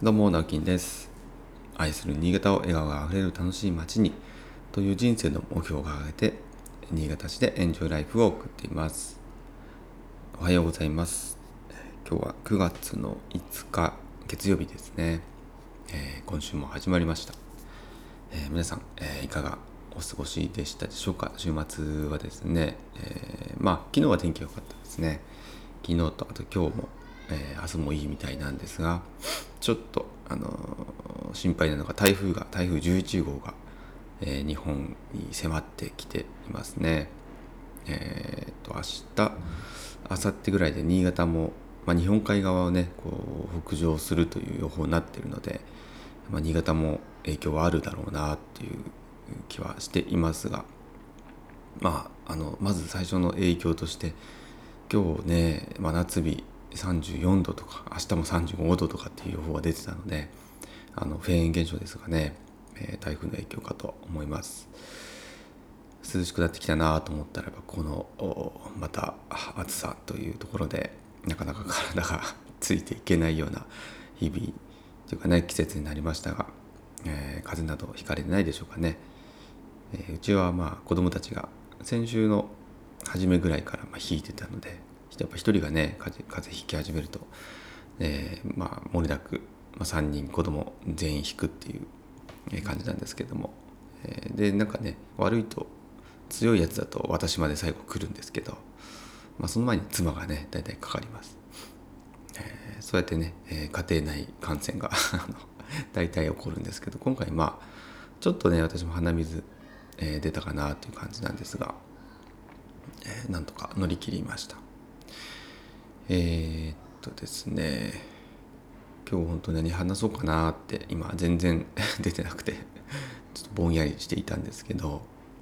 どうも、なおきんです。愛する新潟を笑顔があふれる楽しい街にという人生の目標を掲げて、新潟市でエンジョイライフを送っています。おはようございます。今日は9月の5日月曜日ですね。今週も始まりました。皆さん、いかがお過ごしでしたでしょうか。週末はですね、昨日は天気良かったですね。昨日とあと今日も、明日もいいみたいなんですが、ちょっと、心配なのが台風11号が、日本に迫ってきていますね。明日、明後日ぐらいで新潟も、日本海側をねこう北上するという予報になっているので、新潟も影響はあるだろうなっていう気はしていますが、まず最初の影響として、今日ね真夏日34度とか明日も35度とかっていう予報が出てたので、フェーン現象ですがね、台風の影響かと思います。涼しくなってきたなと思ったらば、このまた暑さというところでなかなか体がついていけないような日々というかね季節になりましたが、風邪などひかれてないでしょうかね。うちは子供たちが先週の初めぐらいから引いてたので、やっぱ一人がね風邪ひき始めると、漏れなく、3人子供全員引くっていう感じなんですけども、でなんかね悪いと強いやつだと私まで最後来るんですけど、その前に妻がね大体かかります。そうやってね、家庭内感染が大体起こるんですけど、今回ちょっとね私も鼻水、出たかなという感じなんですが、なんとか乗り切りました。ですね、今日本当に何話そうかなって今全然出てなくてちょっとぼんやりしていたんですけど、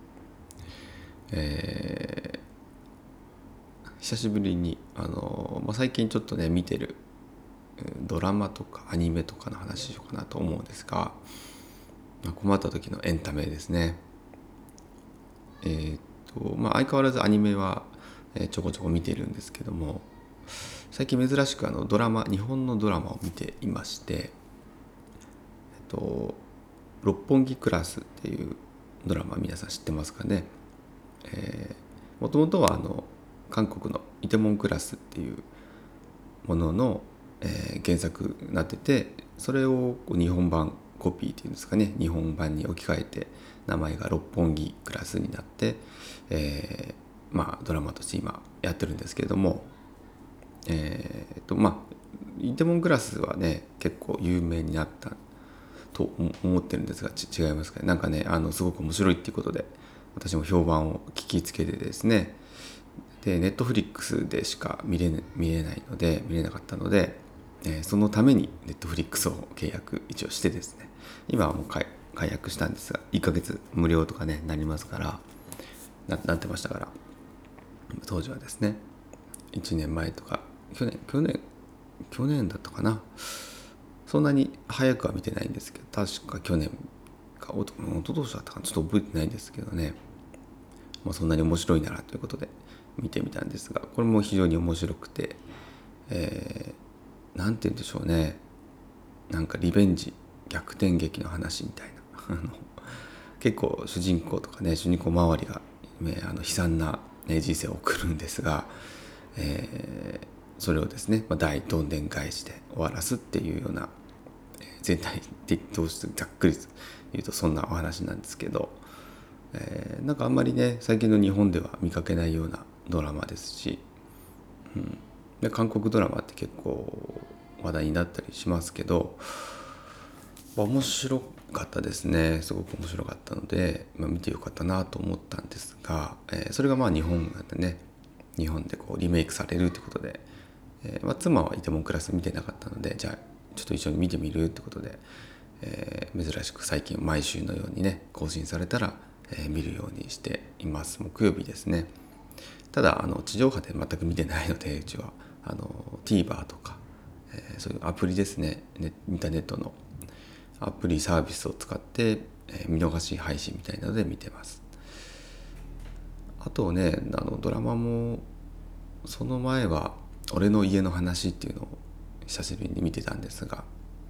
久しぶりに最近ちょっとね見てるドラマとかアニメとかの話しようかなと思うんですが、困った時のエンタメですね。相変わらずアニメはちょこちょこ見てるんですけども、最近珍しく日本のドラマを見ていまして、六本木クラスっていうドラマ、皆さん知ってますかね。もともとは韓国のイテウォンクラスっていうものの、原作になってて、それを日本版コピーっていうんですかね、日本版に置き換えて名前が六本木クラスになって、ドラマとして今やってるんですけれども、イテウォンクラスはね結構有名になったと思ってるんですが、違いますかね。なんかねすごく面白いっていうことで私も評判を聞きつけてですね、でネットフリックスでしか見れなかったので、そのためにネットフリックスを契約一応してですね、今はもう解約したんですが、1ヶ月無料とかねなりますから、なってましたから、当時はですね1年前とか去年だったかな、そんなに早くは見てないんですけど、確か去年か一昨年だったかな、ちょっと覚えてないんですけどね、そんなに面白いならということで見てみたんですが、これも非常に面白くて、なんて言うんでしょうね、なんかリベンジ逆転劇の話みたいな結構主人公周りが、悲惨な、人生を送るんですが、それをですね、大どんでん返しで終わらすっていうような、全体的としてざっくり言うとそんなお話なんですけど、なんかあんまりね最近の日本では見かけないようなドラマですし、で韓国ドラマって結構話題になったりしますけど、面白かったですね。すごく面白かったので、見てよかったなと思ったんですが、それが日本でね、日本でこうリメイクされるってことで、妻はイテウォンクラス見てなかったので、じゃあちょっと一緒に見てみるってことで、珍しく最近毎週のようにね更新されたら、見るようにしています。木曜日ですね。ただ地上波で全く見てないので、うちはTVer とか、そういうアプリですね、インターネットのアプリサービスを使って、見逃し配信みたいなので見てます。あとねドラマもその前は俺の家の話っていうのを久しぶりに見てたんですが、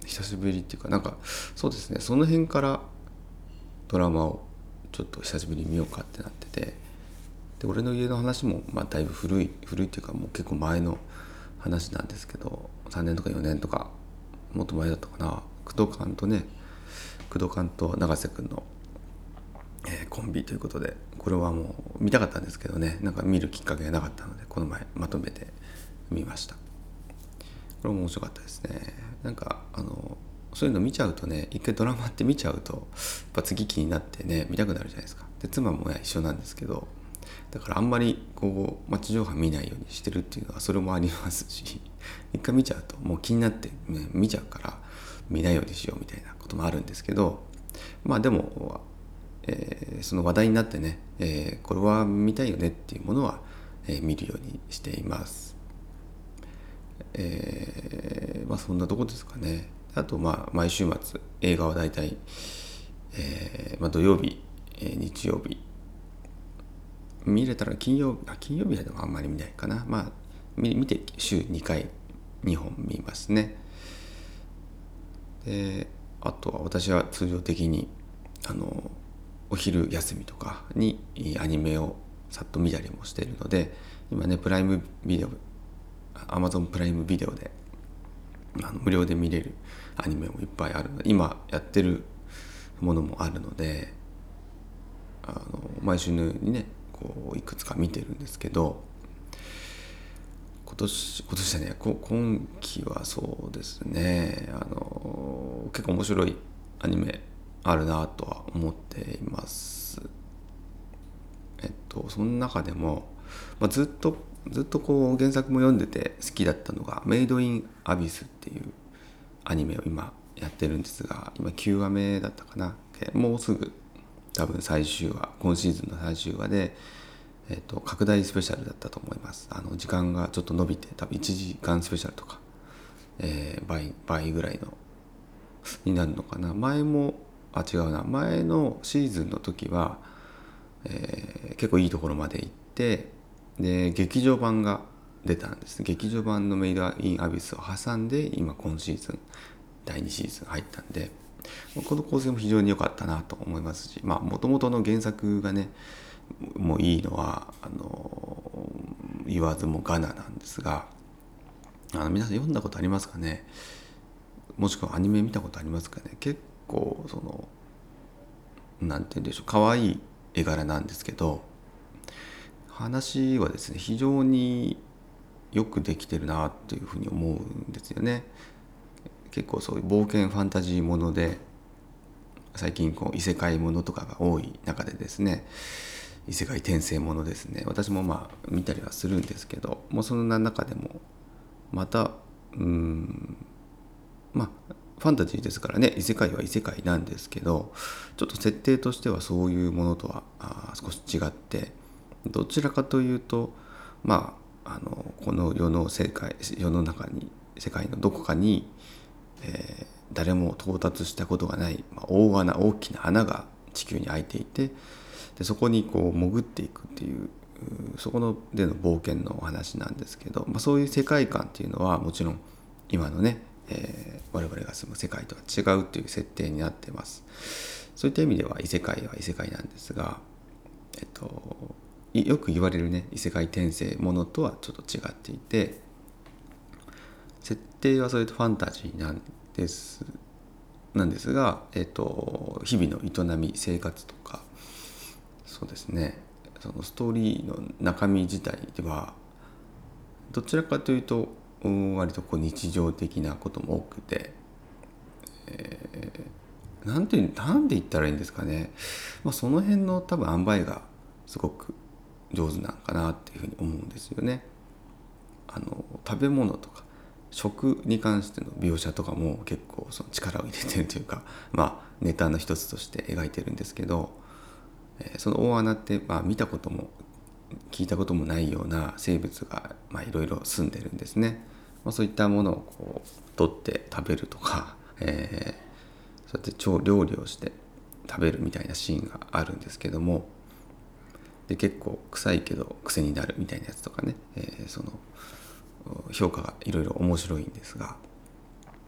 久しぶりっていうか、なんかそうですね、その辺からドラマをちょっと久しぶりに見ようかってなってて、で俺の家の話もだいぶ古いっていうか、もう結構前の話なんですけど、3年とか4年とかもっと前だったかな。工藤館と永瀬君の、コンビということで、これはもう見たかったんですけどね、なんか見るきっかけがなかったので、この前まとめて見ました。これも面白かったですね。なんかそういうの見ちゃうとね、一回ドラマって見ちゃうとやっぱ次気になってね、見たくなるじゃないですか。で妻も一緒なんですけど、だからあんまりこう地上波見ないようにしてるっていうのはそれもありますし、一回見ちゃうともう気になって、ね、見ちゃうから見ないようにしようみたいなこともあるんですけど、でも、その話題になってね、これは見たいよねっていうものは、見るようにしています。そんなとこですかね。あと毎週末映画はだいたい土曜日、日曜日見れたら金曜日はでもあんまり見ないかな。見て週2回2本見ますね。であとは私は通常的にお昼休みとかにアニメをさっと見たりもしているので、今ねAmazon プライムビデオで無料で見れるアニメもいっぱいあるので、今やってるものもあるので、毎週のようにねこういくつか見てるんですけど、今年だね、今期はそうですね、結構面白いアニメあるなとは思っています。その中でも、ずっとこう原作も読んでて好きだったのがメイドインアビスっていうアニメを今やってるんですが、今9話目だったかな。もうすぐ多分最終話、今シーズンの最終話で、拡大スペシャルだったと思います。時間がちょっと伸びて、多分1時間スペシャルとか、倍ぐらいのになるのかな。前のシーズンの時は、結構いいところまで行って、で劇場版が出たんです。劇場版のメイドインアビスを挟んで今シーズン第2シーズン入ったんで、この構成も非常に良かったなと思いますし、もともとの原作がねもういいのは言わずもがななんですが、皆さん読んだことありますかね。もしくはアニメ見たことありますかね。結構なんて言うんでしょう、可愛い絵柄なんですけど、話はですね非常によくできてるなっていうふうに思うんですよね。結構そういう冒険ファンタジーもので、最近異世界ものとかが多い中でですね、異世界転生ものですね、私も見たりはするんですけど、もうそんな中でもまたファンタジーですからね、異世界は異世界なんですけど、ちょっと設定としてはそういうものとは少し違って、どちらかというとこの世の中に、世界のどこかに、誰も到達したことがない、大きな穴が地球に開いていて、でそこに潜っていくっていう、そこでの冒険のお話なんですけど、そういう世界観っていうのはもちろん今のね、我々が住む世界とは違うという設定になっています。そういった意味では異世界は異世界なんですが、よく言われるね異世界転生ものとはちょっと違っていて、設定はそれとファンタジーなんですが、日々の営み生活とか、そうですね、そのストーリーの中身自体ではどちらかというと割と日常的なことも多くて、なんで言ったらいいんですかね、その辺の多分塩梅がすごく上手なのかなっていうふうに思うんですよね。食べ物とか食に関しての描写とかも結構その力を入れてるというか、ネタの一つとして描いてるんですけど、その大穴って、見たことも聞いたこともないような生物がいろいろ住んでるんですね。そういったものを取って食べるとか、そうやって料理をして食べるみたいなシーンがあるんですけども、で結構臭いけど癖になるみたいなやつとかね、その評価がいろいろ面白いんですが、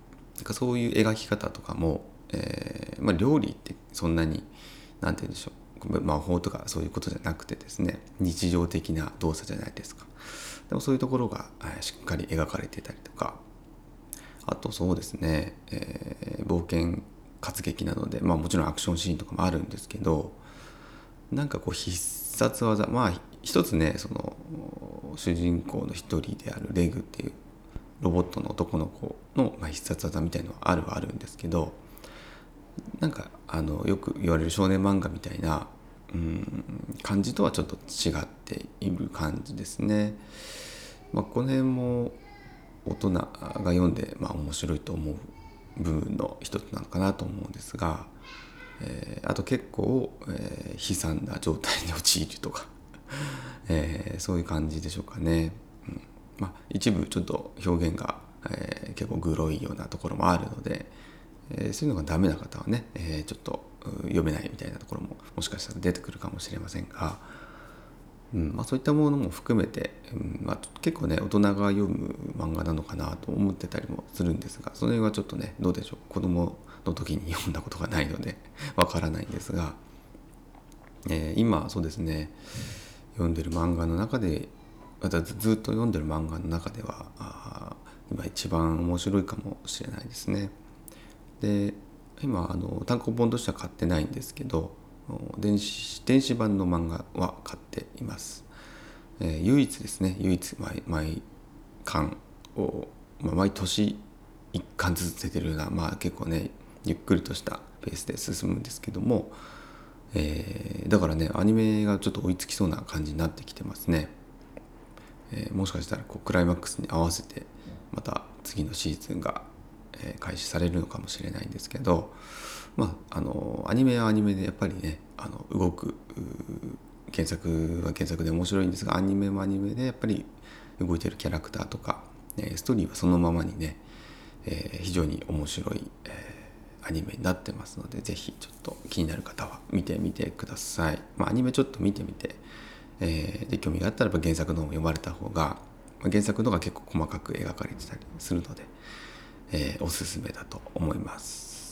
なんかそういう描き方とかも、料理ってそんなになんて言うんでしょう、魔法とかそういうことじゃなくてですね、日常的な動作じゃないですか。でもそういうところがしっかり描かれてたりとか、あとそうですね、冒険活劇なので、もちろんアクションシーンとかもあるんですけど、なんかこう必殺技、一つね、その主人公の一人であるレグっていうロボットの男の子の、必殺技みたいのはあるんですけど、なんかよく言われる少年漫画みたいな感じとはちょっと違っている感じですね。この辺も大人が読んで、面白いと思う部分の一つなのかなと思うんですが、あと結構、悲惨な状態に陥るとか、そういう感じでしょうかね。一部ちょっと表現が、結構グロいようなところもあるので、そういうのがダメな方はね、ちょっと読めないみたいなところももしかしたら出てくるかもしれませんが、そういったものも含めて、結構ね大人が読む漫画なのかなと思ってたりもするんですが、その辺はちょっとねどうでしょう、子供の時に読んだことがないのでわからないんですが、今そうですね、読んでる漫画の中でずっと読んでる漫画の中では今一番面白いかもしれないですね。で今単行本としては買ってないんですけど、電子版の漫画は買っています。唯一ですね、毎巻を、毎年1巻ずつ出てるような、結構ねゆっくりとしたペースで進むんですけども、だからねアニメがちょっと追いつきそうな感じになってきてますね。もしかしたらクライマックスに合わせてまた次のシーズンが開始されるのかもしれないんですけど、アニメはアニメでやっぱりね動く原作は原作で面白いんですが、アニメもアニメでやっぱり動いてるキャラクターとか、ストーリーはそのままにね、非常に面白い、アニメになってますので、ぜひちょっと気になる方は見てみてください。アニメちょっと見てみて、で興味があったら原作の方も読まれた方が、原作の方が結構細かく描かれてたりするので、おすすめだと思います。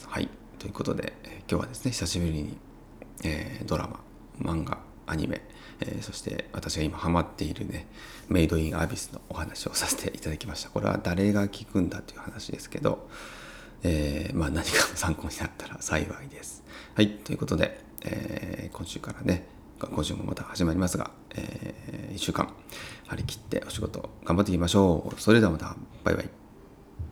はい、ということで、今日はですね久しぶりに、ドラマ、漫画、アニメ、そして私が今ハマっているねメイドインアビスのお話をさせていただきました。これは誰が聞くんだという話ですけど、何かの参考になったら幸いです。はい、ということで、今週もまた始まりますが、1週間張り切ってお仕事頑張っていきましょう。それではまた、バイバイ。